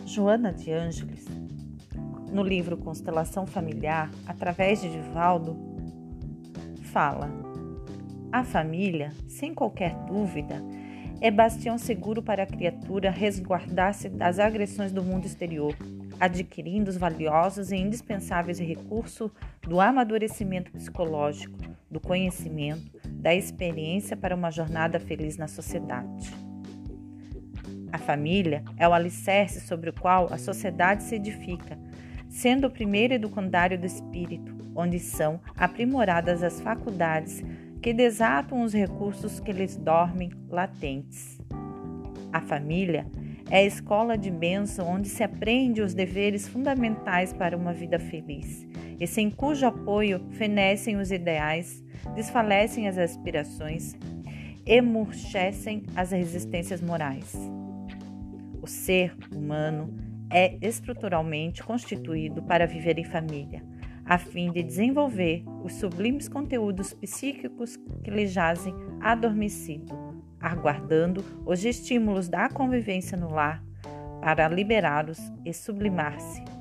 Joana de Ângeles, no livro Constelação Familiar, através de Divaldo, fala: a família, sem qualquer dúvida, é bastião seguro para a criatura resguardar-se das agressões do mundo exterior, adquirindo os valiosos e indispensáveis recursos do amadurecimento psicológico, do conhecimento, da experiência para uma jornada feliz na sociedade. A família é o alicerce sobre o qual a sociedade se edifica, sendo o primeiro educandário do espírito, onde são aprimoradas as faculdades que desatam os recursos que lhes dormem latentes. A família é a escola de bênção onde se aprende os deveres fundamentais para uma vida feliz, e sem cujo apoio fenecem os ideais, desfalecem as aspirações, emurchecem as resistências morais. O ser humano é estruturalmente constituído para viver em família, a fim de desenvolver os sublimes conteúdos psíquicos que lhe jazem adormecido, aguardando os estímulos da convivência no lar para liberá-los e sublimar-se.